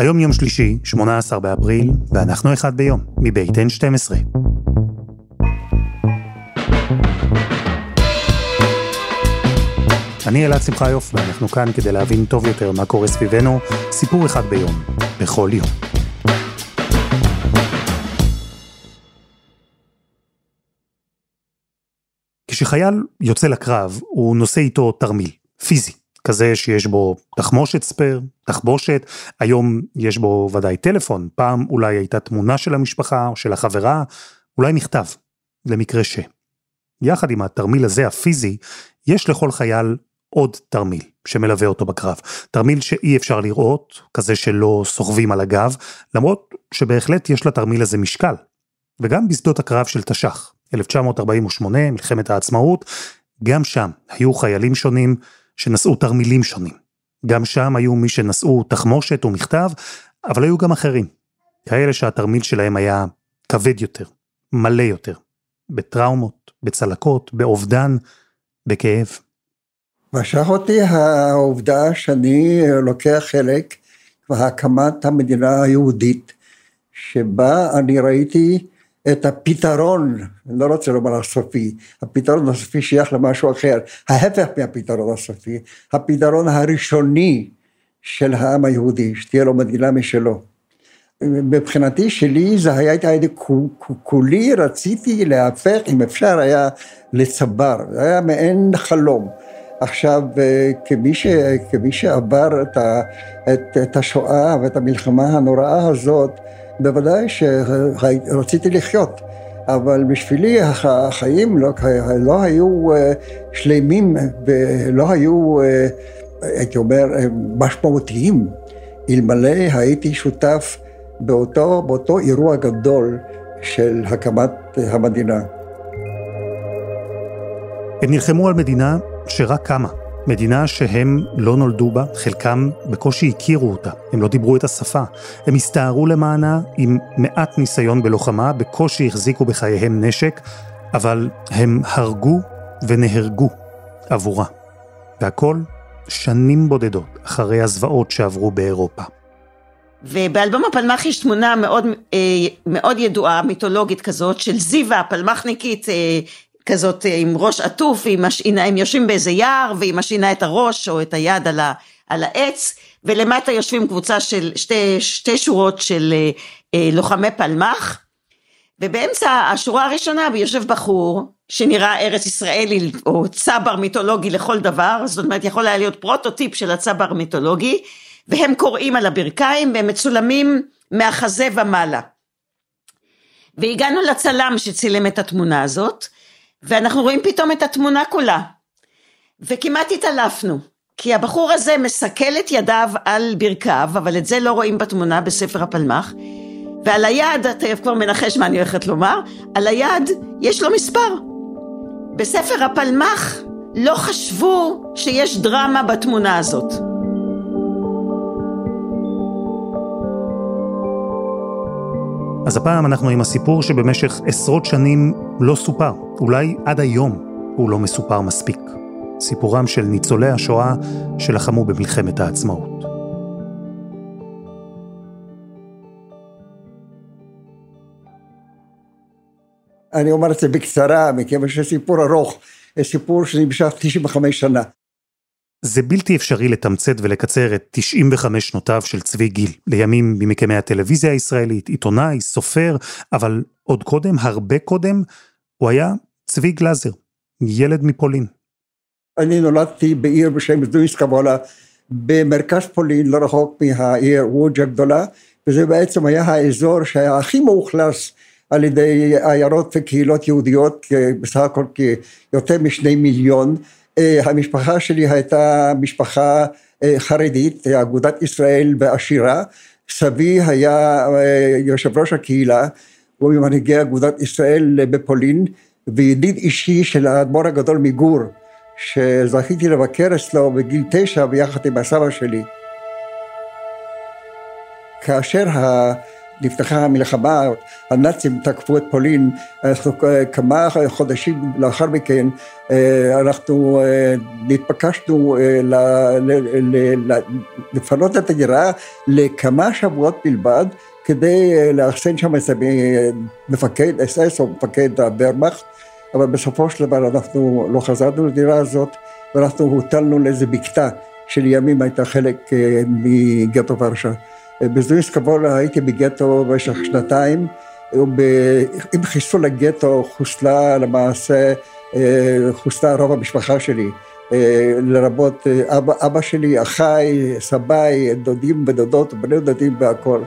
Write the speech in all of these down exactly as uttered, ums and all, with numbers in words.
היום יום שלישי, שמונה עשר באפריל, ואנחנו אחד ביום, מבית אן שתים עשרה. אני אלעד שמחיוף, ואנחנו כאן כדי להבין טוב יותר מה קורה סביבנו, סיפור אחד ביום, בכל יום. כשחייל יוצא לקרב, הוא נושא איתו תרמיל, פיזי, כזה שיש בו תחמושת ספר, תחבושת, היום יש בו ודאי טלפון, פעם אולי הייתה תמונה של המשפחה או של החברה, אולי מכתב, למקרה ש. יחד עם התרמיל הזה הפיזי, יש לכל חייל עוד תרמיל שמלווה אותו בקרב. תרמיל שאי אפשר לראות, כזה שלא סוחבים על הגב, למרות שבהחלט יש לתרמיל הזה משקל. וגם בשדות הקרב של תש"ח, אלף תשע מאות ארבעים ושמונה, מלחמת העצמאות, גם שם היו חיילים שונים שנשאו תרמילים שונים. גם שם היו מי שנשאו תחמושת ומכתב, אבל היו גם אחרים. כאלה שהתרמיל שלהם היה כבד יותר, מלא יותר, בטראומות, בצלקות, באובדן, בכאב. משך אותי העובדה שאני לוקח חלק בהקמת המדינה היהודית, שבה אני ראיתי את הפתרון, לא רוצה לומר הסופי, הפתרון הסופי שייך למשהו אחר, ההפך מהפתרון הסופי, הפתרון הראשוני של העם היהודי, שתהיה לו מדינה משלו. מבחינתי שלי זה היה, הייתי כולי רציתי להפך, אם אפשר היה לצבר, זה היה מעין חלום. עכשיו, כמי, ש, כמי שעבר את, ה, את, את השואה ואת המלחמה הנוראה הזאת, בוודאי שרציתי לחיות, אבל בשבילי החיים לא, לא היו שלמים ולא היו, הייתי אומר, משמעותיים, אלמלא הייתי שותף באותו, באותו אירוע גדול של הקמת המדינה. הם נלחמו על מדינה שרק קמה, מדינה שהם לא נולדו בה, חלקם בקושי הכירו אותה, הם לא דיברו את השפה, הם הסתערו למענה עם מעט ניסיון בלוחמה, בקושי החזיקו בחייהם נשק, אבל הם הרגו ונהרגו עבורה. והכל שנים בודדות אחרי הזוועות שעברו באירופה. ובאלבום הפלמ"ח יש תמונה מאוד, מאוד ידועה, מיתולוגית כזאת, של זיווה, הפלמ"חניקית, כזאת עם ראש עטוף, עם משעינה, הם יושבים באיזה יער, והיא משעינה את הראש או את היד על, ה, על העץ, ולמטה יושבים קבוצה של שתי, שתי שורות של אה, לוחמי פלמ"ח, ובאמצע השורה הראשונה יושב בחור, שנראה ארץ ישראלי, או צבר מיתולוגי לכל דבר, זאת אומרת יכול היה להיות פרוטוטיפ של הצבר מיתולוגי, והם קוראים על הברכיים, והם מצולמים מהחזה ומעלה. והגענו לצלם שצילם את התמונה הזאת, ואנחנו רואים פתאום את התמונה כולה, וכמעט התעלפנו, כי הבחור הזה מסכל את ידיו על ברכיו, אבל את זה לא רואים בתמונה בספר הפלמ"ח, ועל היד, אתה כבר מנחש מה אני הולכת לומר, על היד יש לו מספר. בספר הפלמ"ח לא חשבו שיש דרמה בתמונה הזאת. אז הפעם אנחנו עם הסיפור שבמשך עשרות שנים לא סופר, אולי עד היום הוא לא מסופר מספיק. סיפורם של ניצולי השואה שלחמו במלחמת העצמאות. אני אומר את זה בקצרה, מכיוון שסיפור ארוך, סיפור שנמשך תשעים וחמש שנה. זה בלתי אפשרי לתמצת ולקצר את תשעים וחמש שנותיו של צבי גיל, לימים ממקמי הטלוויזיה הישראלית, עיתונאי, סופר, אבל עוד קודם, הרבה קודם, הוא היה צבי גלזר, ילד מפולין. אני נולדתי בעיר בשם זדויסקבולה, במרכז פולין, לא רחוק מהעיר ווג'ה גדולה, וזה בעצם היה האזור שהיה הכי מאוכלס על ידי עיירות וקהילות יהודיות, בסך הכל כיותר משני מיליון. המשפחה שלי הייתה משפחה חרדית, אגודת ישראל ועשירה, סבי היה יושב ראש הקהילה, הוא ממנהיגי אגודת ישראל בפולין, וידיד אישי של האדמו"ר הגדול מגור, שזכיתי לבקר אצלו בגיל תשע ביחד עם הסבא שלי. כאשר נפתחה המלחמה, הנאצים תקפו את פולין, כמה חודשים לאחר מכן, אנחנו נתבקשנו לפנות את הדירה לכמה שבועות בלבד, כדי לאחסן שם את מפקד אס אס או מפקד הוורמאכט, אבל בסופו של דבר אנחנו לא חזרנו לדירה הזאת, ואנחנו הוטלנו לאיזה בקתה, שלימים הייתה חלק מגטו ורשה. בז'ויסקבול הייתי בגטו במשך שנתיים, עם חיסול הגטו חוסלה למעשה, חוסלה רוב המשפחה שלי, לרבות אבא, אבא שלי, אחיי, סביי, דודים ודודות, בני דודים והכל.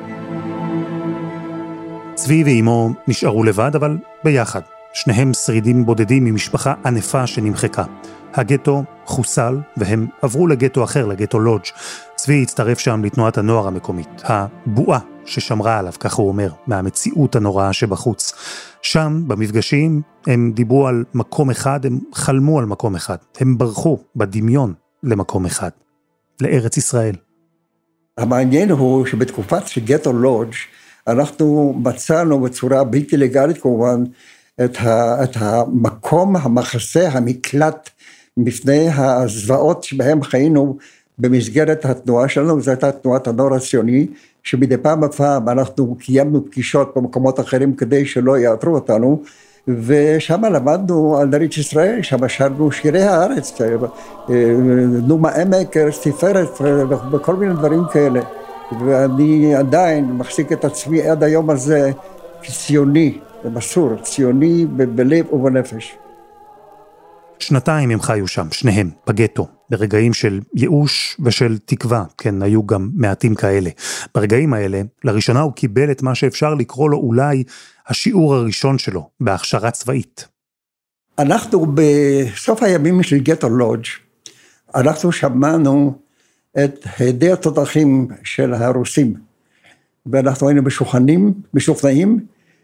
צבי ואימו נשארו לבד, אבל ביחד. שניהם שרידים בודדים ממשפחה ענפה שנמחקה. הגטו חוסל, והם עברו לגטו אחר, לגטו לודג'. צבי הצטרף שם לתנועת הנוער המקומית, הבועה ששמרה עליו, כך הוא אומר, מהמציאות הנוראה שבחוץ. שם, במפגשים, הם דיברו על מקום אחד, הם חלמו על מקום אחד. הם ברחו בדמיון למקום אחד, לארץ ישראל. המעניין הוא שבתקופת שגטו לודג' אנחנו מצאנו בצורה בלתי לגלית כמובן, את, ה, את המקום, המחסה, המקלט, מפני הזוועות שבהם חיינו במסגרת התנועה שלנו, זו הייתה תנועת הנוער הציוני, שמדי פעם בפעם אנחנו קיימנו פגישות במקומות אחרים כדי שלא יעתרו אותנו, ושם למדנו על ארץ ישראל, שם שרנו שירי הארץ, נומה עמק, ארץ תפארת, וכל מיני דברים כאלה. ואני עדיין מחזיק את עצמי עד היום הזה כציוני, מסור, ציוני בלב ובנפש. שנתיים הם חיו שם, שניהם, בגטו, ברגעים של ייאוש ושל תקווה, כן, היו גם מעטים כאלה. ברגעים האלה, לראשונה הוא קיבל את מה שאפשר לקרוא לו אולי השיעור הראשון שלו, בהכשרה צבאית. אנחנו בסוף הימים של גטו לודג', אנחנו שמענו את הדי התותחים של הרוסים, ואנחנו היינו משוכנעים, משוכנעים,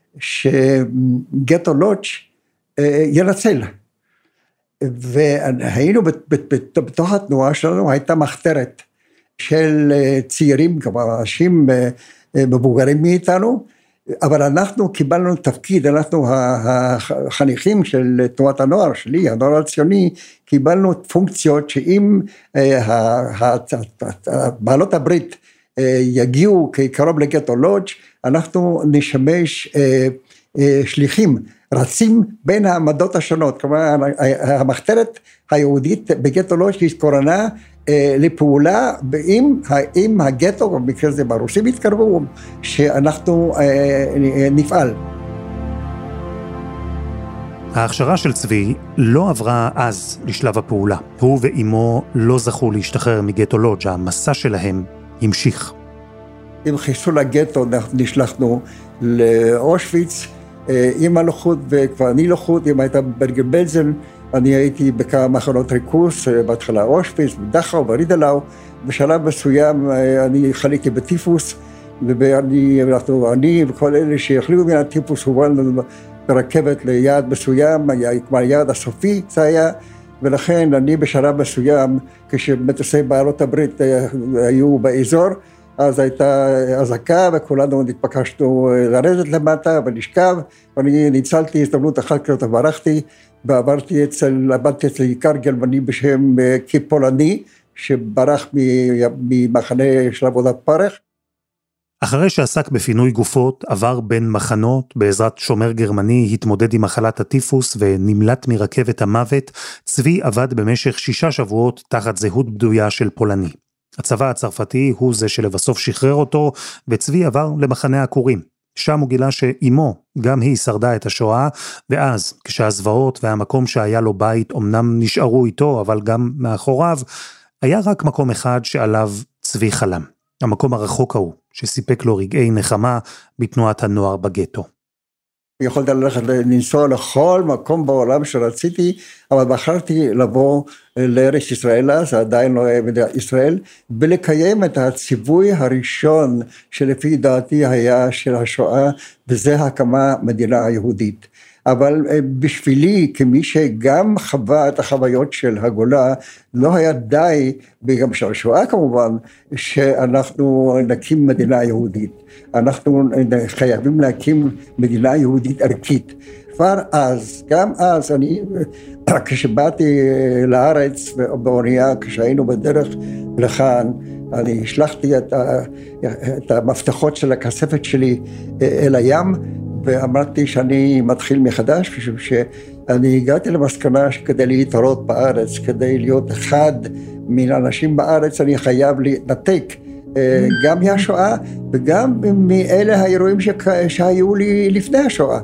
שגטו לודג' ינצל. והיינו בתוך התנועה שלנו, הייתה מחתרת של צעירים, כבר אנשים מבוגרים מאיתנו, אבל אנחנו קיבלנו תפקיד, אנחנו החניכים של תנועת הנוער שלי, הנוער הציוני, קיבלנו פונקציות שאם בעלות הברית יגיעו כקרוב לגטו לודג', אנחנו נשמש שליחים, רצים בין העמדות השונות, כלומר המחתרת היהודית בגטו לודג' התכוננה לפעולה עם, עם הגטו, במקרה זה ברוסים התקרבו, שאנחנו נפעל. ההכשרה של צבי לא עברה אז לשלב הפעולה. הוא ואימו לא זכו להשתחרר מגטו לודג', המסע שלהם המשיך. עם חיסול הגטו נשלחנו לאושוויץ, עם הלוחות וכבר אני לוחות, אם הייתה ברגן בלזן, אני הייתי בכמה מחנות ריכוז, בהתחלה אושוויץ, בדכאו, ברידלאו, בשלב מסוים אני חליתי בטיפוס, ואני אני וכל אלה שהחליטו מן הטיפוס הובלנו ברכבת ליעד מסוים, כבר היעד הסופי זה היה, ולכן אני בשלב מסוים, כשמטוסי בעלות הברית היו באזור, אז הייתה אזעקה וכולנו נתבקשנו לרדת למטה ולשכב, ואני ניצלתי הזדמנות אחת כזאת וברחתי, ועברתי אצל, עבדתי אצל עיקר גרמני בשם קיפולני, שברח ממחנה של עבודת פרך. אחרי שעסק בפינוי גופות, עבר בין מחנות, בעזרת שומר גרמני, התמודד עם מחלת הטיפוס ונמלט מרכבת המוות, צבי עבד במשך שישה שבועות תחת זהות בדויה של פולני. הצבא הצרפתי הוא זה שלבסוף שחרר אותו, וצבי עבר למחנה העקורים. שם הוא גילה שאימו, גם היא שרדה את השואה, ואז כשהזוועות והמקום שהיה לו בית אמנם נשארו איתו, אבל גם מאחוריו, היה רק מקום אחד שעליו צבי חלם. המקום הרחוק ההוא, שסיפק לו רגעי נחמה בתנועת הנוער בגטו. יכולתי ללכת לנסוע לכל מקום בעולם שרציתי, אבל בחרתי לבוא לארץ ישראל, זה עדיין לא היה מדינת ישראל, ולקיים את הציווי הראשון שלפי דעתי היה של השואה, וזה הקמה מדינה יהודית. אבל בשבילי, כמי שגם חווה את החוויות של הגולה, לא היה די, וגם של השואה כמובן, שאנחנו נקים מדינה יהודית. אנחנו חייבים להקים מדינה יהודית ערכית. כבר אז, גם אז, אני, כשבאתי לארץ באונייה, כשהיינו בדרך לכאן, אני השלחתי את, ה, את המפתחות של הכספת שלי אל הים, ואמרתי שאני מתחיל מחדש, משום שאני הגעתי למסקנה שכדי להתערות בארץ, כדי להיות אחד מן האנשים בארץ, אני חייב להתנתק גם מהשואה, וגם מאלה האירועים שהיו לי לפני השואה.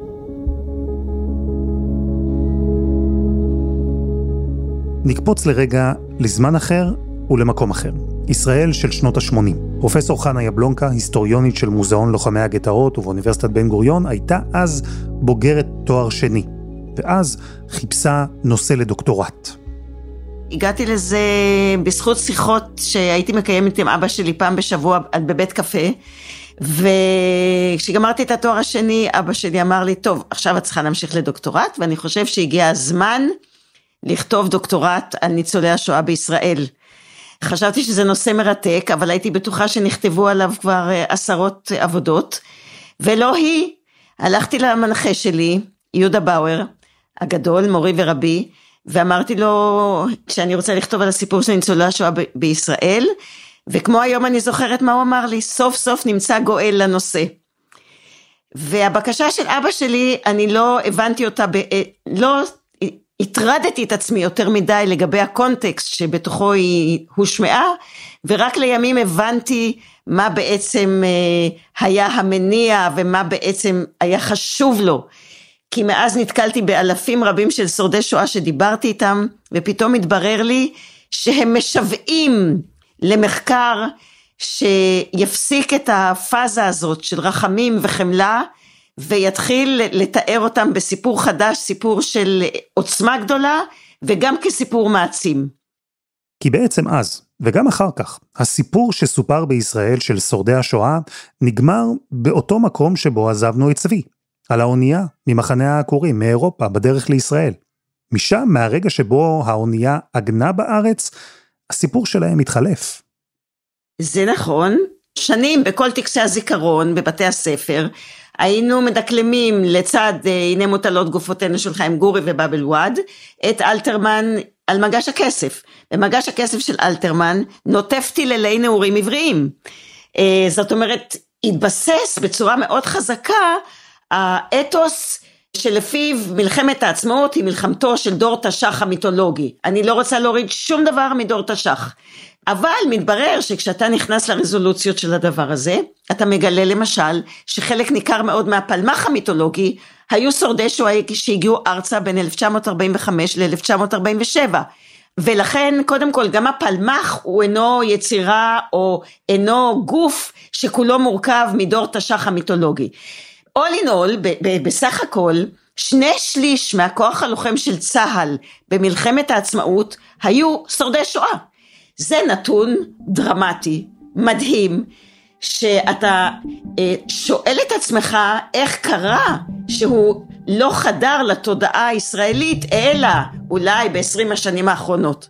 נקפוץ לרגע לזמן אחר ולמקום אחר. ישראל של שנות ה-שמונים. פרופסור חנה יבלונקה, היסטוריונית של מוזיאון לוחמי הגטאות ובאוניברסיטת בן גוריון, הייתה אז בוגרת תואר שני, ואז חיפשה נושא לדוקטורט. הגעתי לזה בזכות שיחות שהייתי מקיימת עם אבא שלי פעם בשבוע בבית קפה, וכשגמרתי את התואר השני, אבא שלי אמר לי, טוב, עכשיו את צריכה להמשיך לדוקטורט, ואני חושב שהגיע הזמן לכתוב דוקטורט על ניצולי השואה בישראל. חשבתי שזה נושא מרתק, אבל הייתי בטוחה שנכתבו עליו כבר עשרות עבודות, ולא היא. הלכתי למנחה שלי, יהודה באואר, הגדול, מורי ורבי, ואמרתי לו שאני רוצה לכתוב על הסיפור של ניצולי השואה ב- בישראל, וכמו היום אני זוכרת מה הוא אמר לי, סוף סוף נמצא גואל לנושא. והבקשה של אבא שלי, אני לא הבנתי אותה, ב- לא התרדתי את עצמי יותר מדי לגבי הקונטקסט שבתוכו היא הושמעה, ורק לימים הבנתי מה בעצם היה המניע, ומה בעצם היה חשוב לו, כי מאז נתקלתי באלפים רבים של שורדי שואה שדיברתי איתם, ופתאום התברר לי שהם משוועים למחקר שיפסיק את הפאזה הזאת של רחמים וחמלה, ויתחיל לתאר אותם בסיפור חדש, סיפור של עוצמה גדולה, וגם כסיפור מעצים. כי בעצם אז, וגם אחר כך, הסיפור שסופר בישראל של שורדי השואה, נגמר באותו מקום שבו עזבנו את צבי, על האונייה ממחנה העקורים, מאירופה, בדרך לישראל. משם, מהרגע שבו האונייה עגנה בארץ, הסיפור שלהם התחלף. זה נכון, שנים בכל טקסי הזיכרון, בבתי הספר, היינו מדקלמים לצד הנה מוטלות גופותינו של חיים גורי ובאבל וואד, את אלתרמן על מגש הכסף. במגש הכסף של אלתרמן נוטף טילי נעורים עבריים. זאת אומרת, התבסס בצורה מאוד חזקה האתוס שלפיו מלחמת העצמאות היא מלחמתו של דור תש"ח המיתולוגי. אני לא רוצה להוריד שום דבר מדור תש"ח. אבל מתברר שכשאתה נכנס לרזולוציות של הדבר הזה, אתה מגלה למשל שחלק ניכר מאוד מהפלמח המיתולוגי, היו שורדי שואה שהגיעו ארצה בין אלף תשע מאות ארבעים וחמש ל-אלף תשע מאות ארבעים ושבע, ולכן קודם כל גם הפלמח הוא אינו יצירה או אינו גוף שכולו מורכב מדור תש"ח המיתולוגי. all in all, ב- ב- בסך הכל, שני שליש מהכוח הלוחם של צהל במלחמת העצמאות היו שורדי שואה. זה נתון דרמטי, מדהים, שאתה אה, שואל את עצמך איך קרה שהוא לא חדר לתודעה הישראלית, אלא אולי ב-עשרים השנים האחרונות.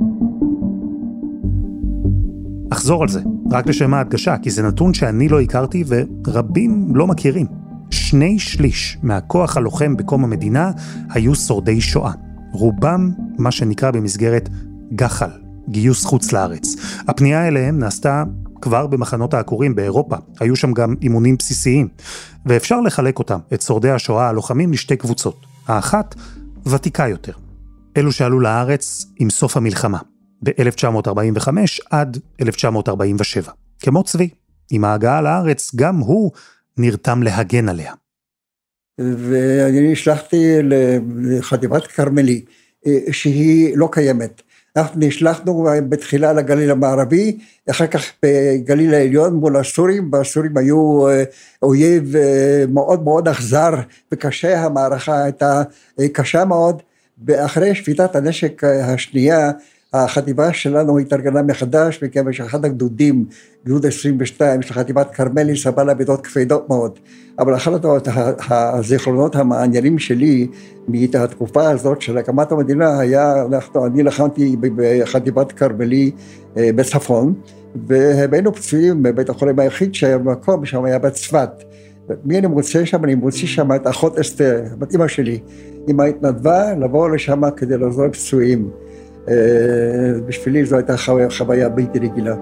אחזור על זה, רק לשם ההדגשה, כי זה נתון שאני לא הכרתי ורבים לא מכירים. שני שליש מהכוח הלוחם בקום המדינה היו שורדי שואה. רובם מה שנקרא במסגרת גח"ל. גיוס חוץ לארץ. הפנייה אליהם נעשתה כבר במחנות העקורים באירופה. היו שם גם אימונים בסיסיים. ואפשר לחלק אותם, את שורדי השואה הלוחמים, לשתי קבוצות. האחת, ותיקה יותר. אלו שעלו לארץ עם סוף המלחמה, ב-אלף תשע מאות ארבעים וחמש עד אלף תשע מאות ארבעים ושבע. כמו צבי, עם ההגעה לארץ, גם הוא נרתם להגן עליה. ואני נשלחתי לחטיבת כרמלי, שהיא לא קיימת. אנחנו נשלחנו בתחילה לגליל המערבי, אחר כך בגליל העליון מול הסורים, והסורים היו אויב מאוד מאוד אכזר וקשה, המערכה הייתה קשה מאוד, ואחרי שביתת הנשק השנייה, החטיבה שלנו התארגנה מחדש, מכיוון שאחד הגדודים, גדוד עשרים ושתיים של חטיבת כרמלי, סבל לאבדות כבדות מאוד. אבל אחד הזיכרונות המעניינים שלי, מהתקופה הזאת של הקמת המדינה, היה, אנחנו, אני לחמתי בחטיבת כרמלי בצפון, והבאנו פצועים בבית החולים היחיד שהיה במקום, שם היה בצפת. מי אני מוצא שם? אני מוצא שם את אחות אסתר, את אמא שלי. אמא התנדבה לבוא לשם כדי לעזור פצועים. בשבילי זו הייתה חוויה בלתי רגילה.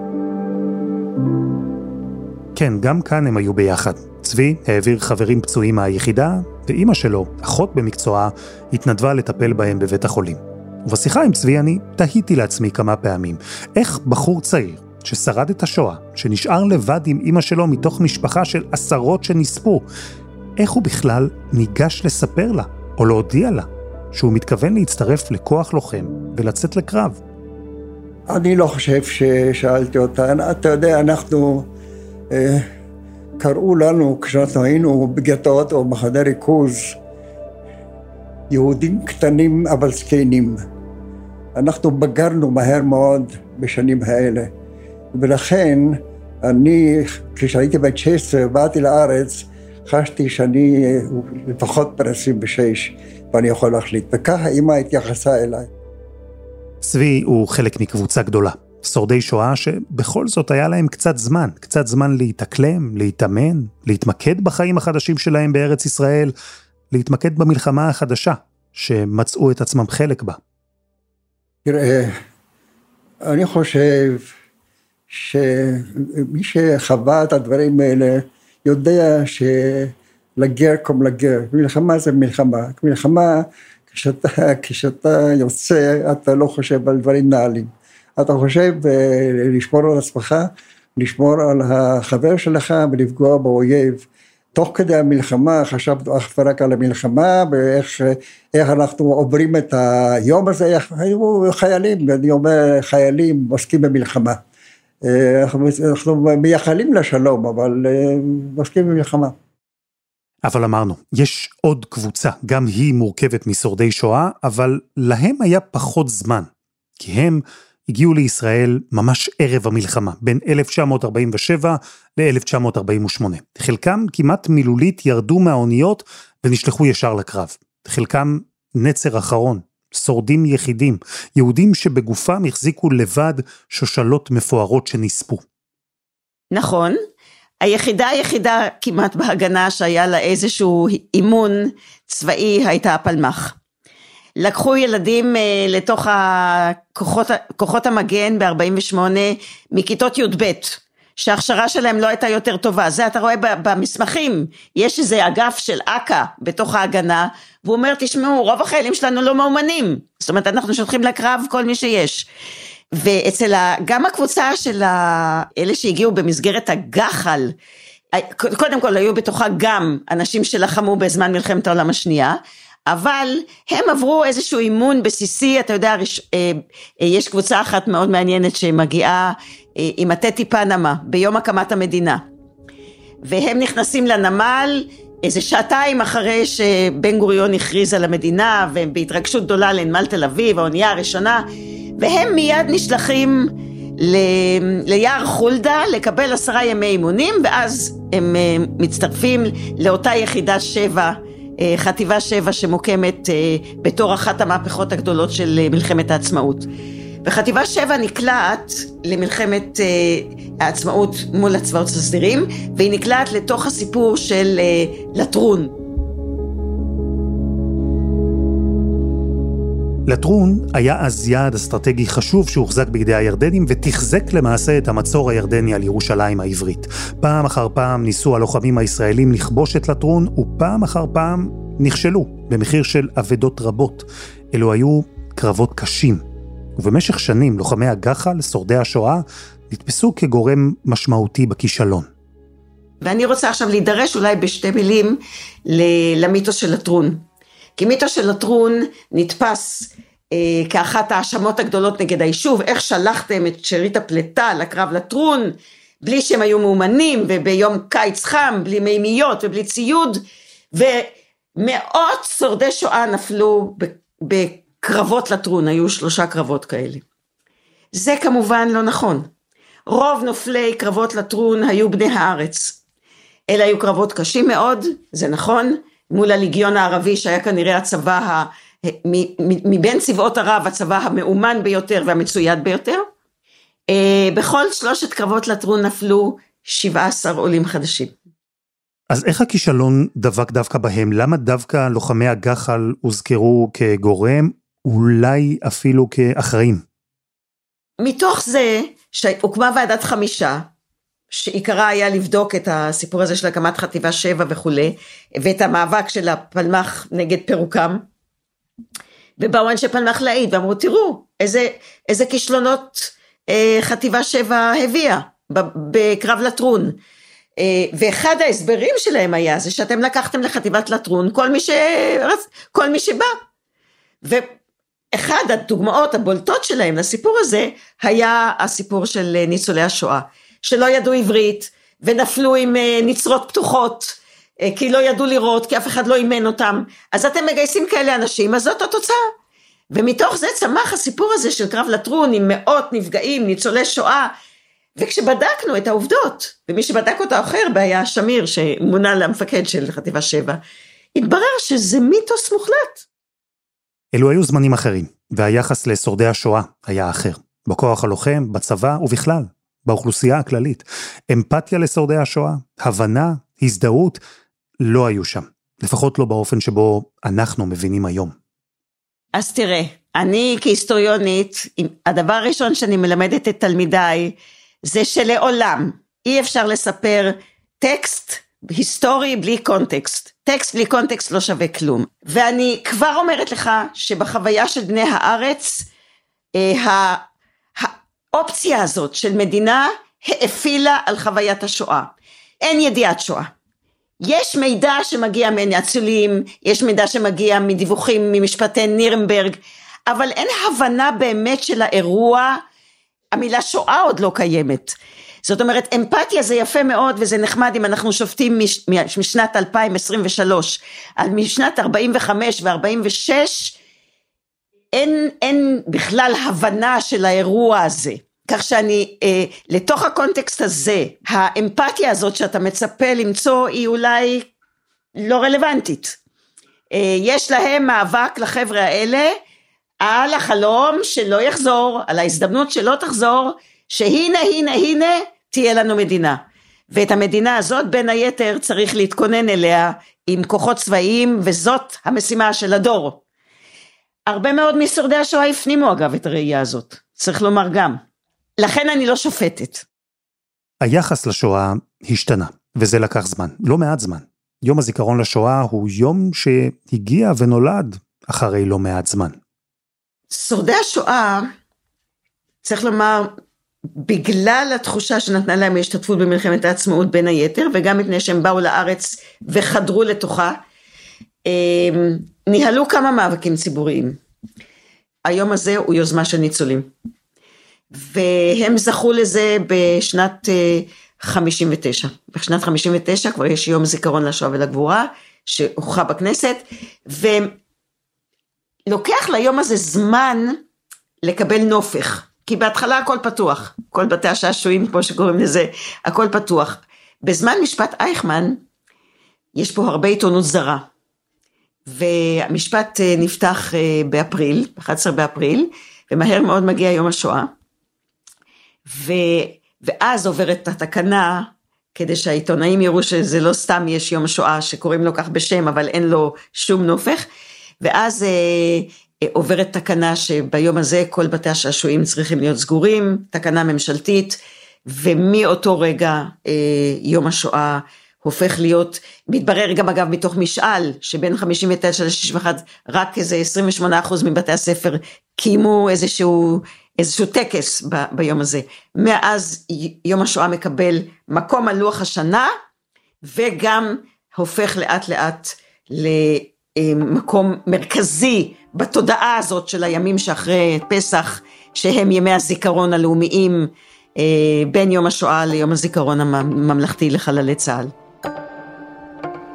כן, גם כאן הם היו ביחד. צבי העביר חברים פצועים מהיחידה, ואמא שלו, אחות במקצועה, התנדבה לטפל בהם בבית החולים. ובשיחה עם צבי אני תהיתי לעצמי כמה פעמים, איך בחור צעיר ששרד את השואה, שנשאר לבד עם אמא שלו מתוך משפחה של עשרות שנספו, איך הוא בכלל ניגש לספר לה, או להודיע לה, שהוא מתכוון להצטרף לכוח לוחם ולצאת לקרב. אני לא חושב ששאלתי אותה. אתה יודע, אנחנו, אה, קראו לנו כשאנחנו היינו בגטאות או מחנה ריכוז, יהודים קטנים אבל זקנים. אנחנו בגרנו מהר מאוד בשנים האלה. ולכן אני, כשהייתי בן תשע עשרה, באתי לארץ, חשתי שאני לפחות בן עשרים ושש, ואני יכול להחליט. וככה אמא התייחסה אליי. צבי הוא חלק מקבוצה גדולה. שורדי שואה שבכל זאת היה להם קצת זמן, קצת זמן להתאקלם, להתאמן, להתמקד בחיים החדשים שלהם בארץ ישראל, להתמקד במלחמה החדשה, שמצאו את עצמם חלק בה. תראה, אני חושב שמי שחווה את הדברים האלה, יודע שלגר כמו לגר. מלחמה זה מלחמה. מלחמה, כשאתה, כשאתה יוצא, אתה לא חושב על דברים נעלים. אתה חושב לשמור על עצמך, לשמור על החבר שלך ולפגוע באויב. תוך כדי המלחמה חשבנו אך ורק על המלחמה, ואיך איך אנחנו עוברים את היום הזה. היו חיילים, אני אומר חיילים עוסקים במלחמה. אנחנו, אנחנו מייחלים לשלום, אבל עוסקים במלחמה. אבל אמרנו, יש עוד קבוצה, גם היא מורכבת משורדי שואה, אבל להם היה פחות זמן, כי הם הגיעו לישראל ממש ערב המלחמה, בין אלף תשע מאות ארבעים ושבע ל-אלף תשע מאות ארבעים ושמונה. חלקם כמעט מילולית ירדו מהאוניות ונשלחו ישר לקרב. חלקם נצר אחרון, שורדים יחידים, יהודים שבגופם החזיקו לבד שושלות מפוארות שנספו. נכון, היחידה היחידה כמעט בהגנה שהיה לה איזשהו אימון צבאי הייתה הפלמ"ח. לקחו ילדים לתוך הכוחות, כוחות המגן ב-ארבעים ושמונה מכיתות י"ב, שההכשרה שלהם לא הייתה יותר טובה. זה אתה רואה במסמכים, יש איזה אגף של אק"א בתוך ההגנה, והוא אומר, תשמעו, רוב החיילים שלנו לא מאומנים, זאת אומרת, אנחנו שולחים לקרב כל מי שיש. ואצל גם הקבוצה של אלה שהגיעו במסגרת הגחל, קודם כל היו בתוכה גם אנשים שלחמו בזמן מלחמת העולם השנייה, אבל הם עברו איזשהו אימון בסיסי. אתה יודע, יש קבוצה אחת מאוד מעניינת שמגיעה עם הטטי פנמה ביום הקמת המדינה, והם נכנסים לנמל איזה שעתיים אחרי שבן גוריון הכריז על המדינה, ובהתרגשות גדולה לנמל תל אביב, האונייה הראשונה, והם מיד נשלחים ל... ליער חולדה לקבל עשרה ימי אימונים, ואז הם מצטרפים לאותה יחידה שבע, חטיבה שבע שמוקמת בתור אחת המהפכות הגדולות של מלחמת העצמאות. וחטיבה שבע נקלעת למלחמת העצמאות מול הצבאות הסדירים, והיא נקלעת לתוך הסיפור של לטרון. לטרון היה אז יעד אסטרטגי חשוב שהוחזק בידי הירדנים, ותחזק למעשה את המצור הירדני על ירושלים העברית. פעם אחר פעם ניסו הלוחמים הישראלים לכבוש את לטרון, ופעם אחר פעם נכשלו במחיר של אבדות רבות. אלו היו קרבות קשים. ובמשך שנים לוחמי הגחל, שורדי השואה, נתפסו כגורם משמעותי בכישלון. ואני רוצה עכשיו להידרש אולי בשתי מילים למיתוס של לטרון. כי מיתוס של לטרון נתפס אה, כאחת האשמות הגדולות נגד היישוב, איך שלחתם את שארית הפלטה לקרב לטרון, בלי שהם היו מאומנים, וביום קיץ חם, בלי מימיות ובלי ציוד, ומאות שורדי שואה נפלו בקרבות לטרון, היו שלושה קרבות כאלה. זה כמובן לא נכון. רוב נופלי קרבות לטרון היו בני הארץ. אלה היו קרבות קשים מאוד, זה נכון, מול הליגיון הערבי שהיה כנראה הצבא, ה... מבין צבאות ערב, הצבא המאומן ביותר והמצויד ביותר. בכל שלושת קרבות לטרון נפלו שבעה עשר עולים חדשים. אז איך הכישלון דבק דווקא בהם? למה דווקא לוחמי הגחל הוזכרו כגורם, אולי אפילו כאחראים? מתוך זה שהוקמה ועדת חמישה, שעיקרה היה לבדוק את הסיפור הזה של הקמת חטיבה שבע וכו', ואת המאבק של הפלמ"ח נגד פירוקם, ובאו אנשי פלמ"ח להעיד, ואמרו, תראו, איזה, איזה כישלונות אה, חטיבה שבע הביאה בקרב לטרון. אה, ואחד ההסברים שלהם היה, זה שאתם לקחתם לחטיבת לטרון כל מי, ש... כל מי שבא. ואחד הדוגמאות הבולטות שלהם לסיפור הזה, היה הסיפור של ניצולי השואה, שלא ידעו עברית, ונפלו עם אה, נצרות פתוחות, אה, כי לא ידעו לראות, כי אף אחד לא אימן אותם. אז אתם מגייסים כאלה אנשים, אז זאת התוצאה. ומתוך זה צמח הסיפור הזה של קרב לטרון, עם מאות נפגעים, ניצולי שואה, וכשבדקנו את העובדות, ומי שבדק אותו אחר, היה שמיר, שמונה למפקד של חטיבה שבע, התברר שזה מיתוס מוחלט. אלו היו זמנים אחרים, והיחס לשורדי השואה היה אחר. בכוח הלוחם, בצבא ובכלל, באוכלוסייה הכללית. אמפתיה לשורדי השואה, הבנה, הזדהות, לא היו שם. לפחות לא באופן שבו אנחנו מבינים היום. אז תראה, אני כהיסטוריונית, הדבר הראשון שאני מלמדת את תלמידיי, זה שלעולם אי אפשר לספר טקסט היסטורי בלי קונטקסט. טקסט בלי קונטקסט לא שווה כלום. ואני כבר אומרת לך שבחוויה של בני הארץ, אה, האופציה הזאת של מדינה האפילה על חוויית השואה. אין ידיעת שואה. יש מידע שמגיע מהניצולים, יש מידע שמגיע מדיווחים ממשפטי נירנברג, אבל אין הבנה באמת של האירוע, המילה שואה עוד לא קיימת. זאת אומרת, אמפתיה זה יפה מאוד, וזה נחמד אם אנחנו שופטים מש, משנת אלפיים עשרים ושלוש, על משנת ארבעים וחמש ו-ארבעים ושש, אין, אין בכלל הבנה של האירוע הזה. כך שאני, אה, לתוך הקונטקסט הזה, האמפתיה הזאת שאתה מצפה למצוא, היא אולי לא רלוונטית. אה, יש להם מאבק לחבר'ה האלה, על החלום שלא יחזור, על ההזדמנות שלא תחזור, שהנה, הנה, הנה, תהיה לנו מדינה. ואת המדינה הזאת, בין היתר, צריך להתכונן אליה, עם כוחות צבאיים, וזאת המשימה של הדור. הרבה מאוד משורדי השואה הפנימו, אגב, את הראייה הזאת. צריך לומר גם. לכן אני לא שופטת. היחס לשואה השתנה, וזה לקח זמן, לא מעט זמן. יום הזיכרון לשואה הוא יום שהגיע ונולד אחרי לא מעט זמן. שורדי השואה, צריך לומר, בגלל התחושה שנתנה להם השתתפות במלחמת העצמאות בין היתר, וגם מפני שהם באו לארץ וחדרו לתוכה, ניהלו כמה מאבקים ציבוריים. היום הזה הוא יוזמה של ניצולים. והם זכו לזה בשנת חמישים ותשע. בשנת חמישים ותשע כבר יש יום זיכרון לשואה ולגבורה, שהוכרע בכנסת, ולוקח ליום הזה זמן לקבל נופך, כי בהתחלה הכל פתוח, כל בתי השעשועים פה שקוראים לזה, הכל פתוח. בזמן משפט אייכמן, יש פה הרבה עיתונות זרה, והמשפט נפתח באפריל, אחד עשר באפריל, ומהר מאוד מגיע יום השואה, ו... ואז עוברת התקנה, כדי שהעיתונאים יראו שזה לא סתם יש יום שואה, שקוראים לו כך בשם, אבל אין לו שום נופך, ואז אה, אה, עוברת תקנה שביום הזה כל בתי השעשועים צריכים להיות סגורים, תקנה ממשלתית, ומאותו רגע אה, יום השואה הופך להיות, מתברר גם אגב מתוך משאל, שבין חמישים ותשע ל-שישים ואחת, רק איזה עשרים ושמונה אחוז מבתי הספר, קיימו איזשהו, איזשהו טקס ב, ביום הזה. מאז יום השואה מקבל מקום על לוח השנה, וגם הופך לאט לאט למקום מרכזי, בתודעה הזאת של הימים שאחרי פסח, שהם ימי הזיכרון הלאומיים, בין יום השואה ליום הזיכרון הממלכתי לחללי צה"ל.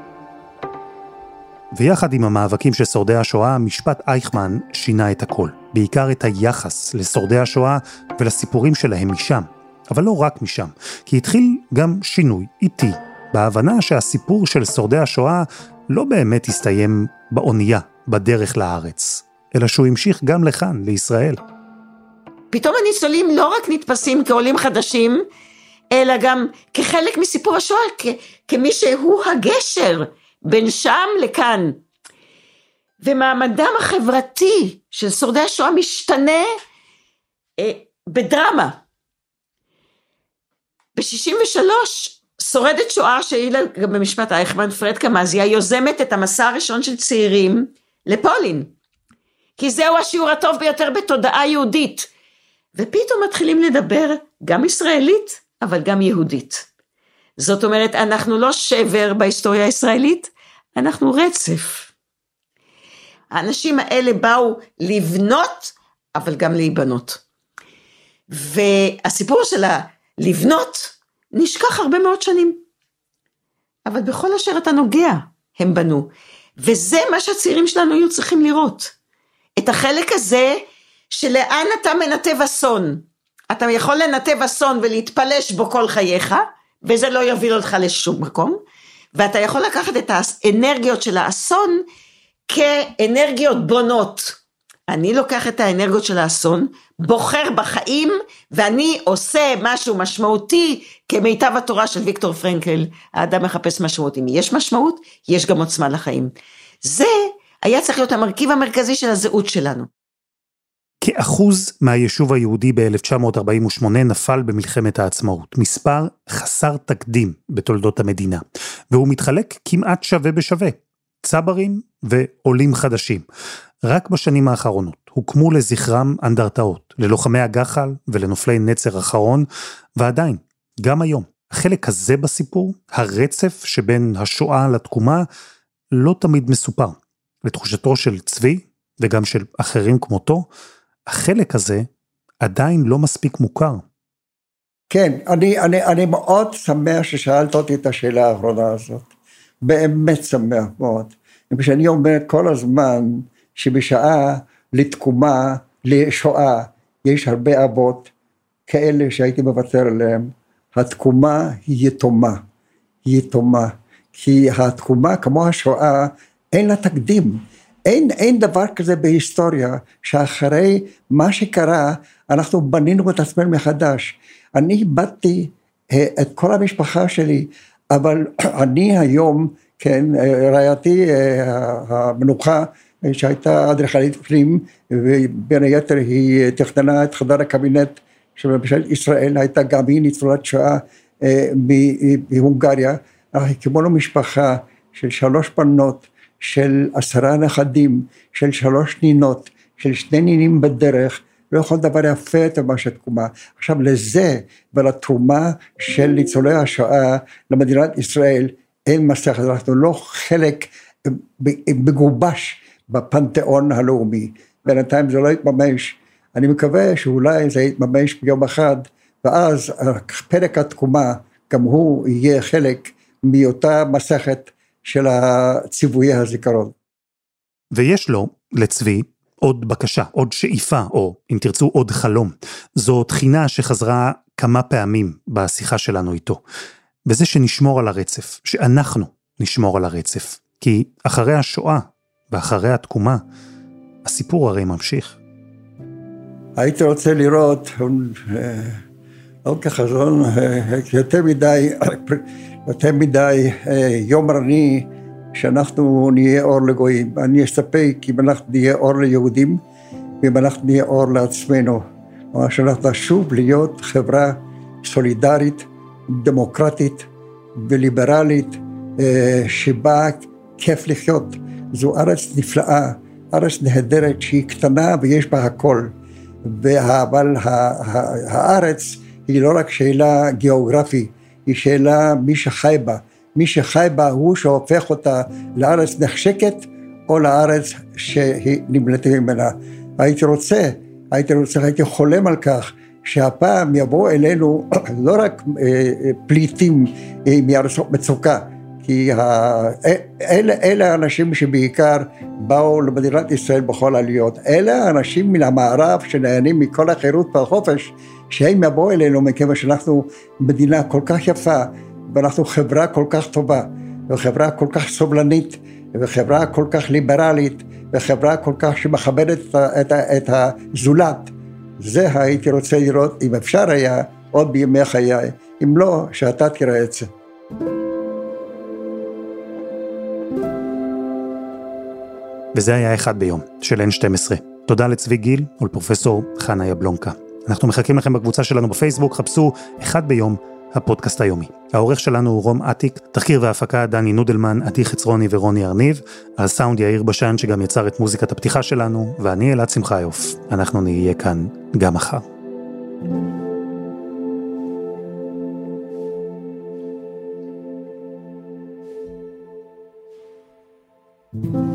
ויחד עם המאבקים של שורדי השואה, משפט אייכמן שינה את הכל. בעיקר את היחס לשורדי השואה ולסיפורים שלהם משם. אבל לא רק משם, כי התחיל גם שינוי איטי, בהבנה שהסיפור של שורדי השואה לא באמת הסתיים באונייה, בדרך לארץ, אלא שהוא המשיך גם לכאן, לישראל. פתאום הניצולים לא רק נתפסים כעולים חדשים, אלא גם כחלק מסיפור השואה, כ- כמי שהוא הגשר בין שם לכאן. ומעמדם החברתי של שורדי השואה משתנה אה, בדרמה. ב-שישים ושלוש שורדת שואה שהיא גם במשפט אייכמן, פרד קמזיה, יוזמת את המסע הראשון של צעירים לפולין. כי זהו השיעור הטוב ביותר בתודעה יהודית. ופתאום מתחילים לדבר גם ישראלית, אבל גם יהודית. זאת אומרת, אנחנו לא שבר בהיסטוריה הישראלית, אנחנו רצף. האנשים האלה באו לבנות, אבל גם להיבנות. והסיפור של הלבנות נשכח הרבה מאוד שנים. אבל בכל אשר אתה נוגע, הם בנו. וזה מה שהצעירים שלנו היו צריכים לראות. את החלק הזה, שלאן אתה מנתב אסון. אתה יכול לנתב אסון ולהתפלש בו כל חייך, וזה לא יוביל אותך לשום מקום. ואתה יכול לקחת את האנרגיות של האסון, כאנרגיות בונות. אני לוקח את האנרגיות של האסון, בוחר בחיים, ואני עושה משהו משמעותי, כמיטב התורה של ויקטור פרנקל, האדם מחפש משמעות. אם יש משמעות, יש גם עוצמה לחיים. זה היה צריך להיות המרכיב המרכזי של הזהות שלנו. כאחוז מהיישוב היהודי ב-אלף תשע מאות ארבעים ושמונה נפל במלחמת העצמאות, מספר חסר תקדים בתולדות המדינה, והוא מתחלק כמעט שווה בשווה, צברים ועולים חדשים. רק בשנים האחרונות הוקמו לזכרם אנדרטאות, ללוחמי הגחל ולנופלי נצר אחרון, ועדיין, גם היום, החלק הזה בסיפור, הרצף שבין השואה לתקומה, לא תמיד מסופר. לתחושתו של צבי, וגם של אחרים כמותו, החלק הזה עדיין לא מספיק מוכר. כן, אני, אני, אני מאוד שמח ששאלת אותי את השאלה האחרונה הזאת. באמת שמח מאוד. כשאני אומר כל הזמן שבשעה לתקומה, לשואה, יש הרבה אבות כאלה שהייתי מוותר עליהם. התקומה היא יתומה. היא יתומה. כי התקומה, כמו השואה, אין לה תקדים. אין, אין דבר כזה בהיסטוריה, שאחרי מה שקרה, אנחנו בנינו את עצמנו מחדש. אני איבדתי את כל המשפחה שלי, אבל אני היום, כן, רעייתי המנוחה, שהייתה אדריכלית פנים, ובין היתר היא תכננה את חדר הקבינט של ממשלת ישראל, הייתה גם היא ניצולת שואה מהונגריה, קיבלנו משפחה של שלוש בנות, של עשרה נכדים, של שלוש נינות, של שני נינים בדרך, לא יכול דבר יפה יותר מה שתקומה. עכשיו לזה ולתרומה של ניצולי השואה למדינת ישראל, אין מסך, אנחנו לא חלק מגובש בפנתיאון הלאומי, בינתיים זה לא יתממש, אני מקווה שאולי זה יתממש ביום אחד, ואז פרק התקומה, גם הוא יהיה חלק מאותה מסכת של הציווי הזיכרון. ויש לו, לצבי, עוד בקשה, עוד שאיפה, או אם תרצו עוד חלום. זו תחינה שחזרה כמה פעמים בשיחה שלנו איתו. וזה שנשמור על הרצף, שאנחנו נשמור על הרצף. כי אחרי השואה ואחרי התקומה, הסיפור הרי ממשיך. הייתי רוצה לראות, לא כחזון, יותר מדי, יותר מדי יומרני, שאנחנו נהיה אור לגויים. אני אסתפק אם אנחנו נהיה אור ליהודים, ואם אנחנו נהיה אור לעצמנו. כלומר שאנחנו נשוב להיות חברה סולידרית, דמוקרטית וליברלית, שבה כיף לחיות. זו ארץ נפלאה, ארץ נהדרת שהיא קטנה ויש בה הכל. אבל הארץ היא לא רק שאלה גיאוגרפית, היא שאלה מי שחי בה. מי שחי בה הוא שהופך אותה לארץ נחשקת, או לארץ שהיא נמלטת ממנה. הייתי רוצה, הייתי רוצה, הייתי חולם על כך, שהפעם יבואו אלינו לא רק פליטים מארצות מצוקה, כי אלה, אלה האנשים שבעיקר באו למדינת ישראל בכל עליות. אלה האנשים מן המערב שנהנים מכל החירות והחופש, שהם יבואו אלינו מכיוון שאנחנו מדינה כל כך יפה, ואנחנו חברה כל כך טובה, וחברה כל כך סובלנית, וחברה כל כך ליברלית, וחברה כל כך שמכבדת את, את הזולת. זה הייתי רוצה לראות, אם אפשר היה, עוד בימי חיי. אם לא, שאתה תראה את זה. וזה היה אחד ביום של אן שתים עשרה. תודה לצבי גיל ולפרופסור חנה יבלונקה. אנחנו מחכים לכם בקבוצה שלנו בפייסבוק, חפשו אחד ביום הפודקאסט היומי. העורך שלנו הוא רום עתיק, תחקיר והפקה דני נודלמן, עדי חצרוני ורוני ארניב, הסאונד יאיר בשן שגם יצר את מוזיקת הפתיחה שלנו, ואני אלעד שמחיוף. אנחנו נהיה כאן גם מחר. Thank you.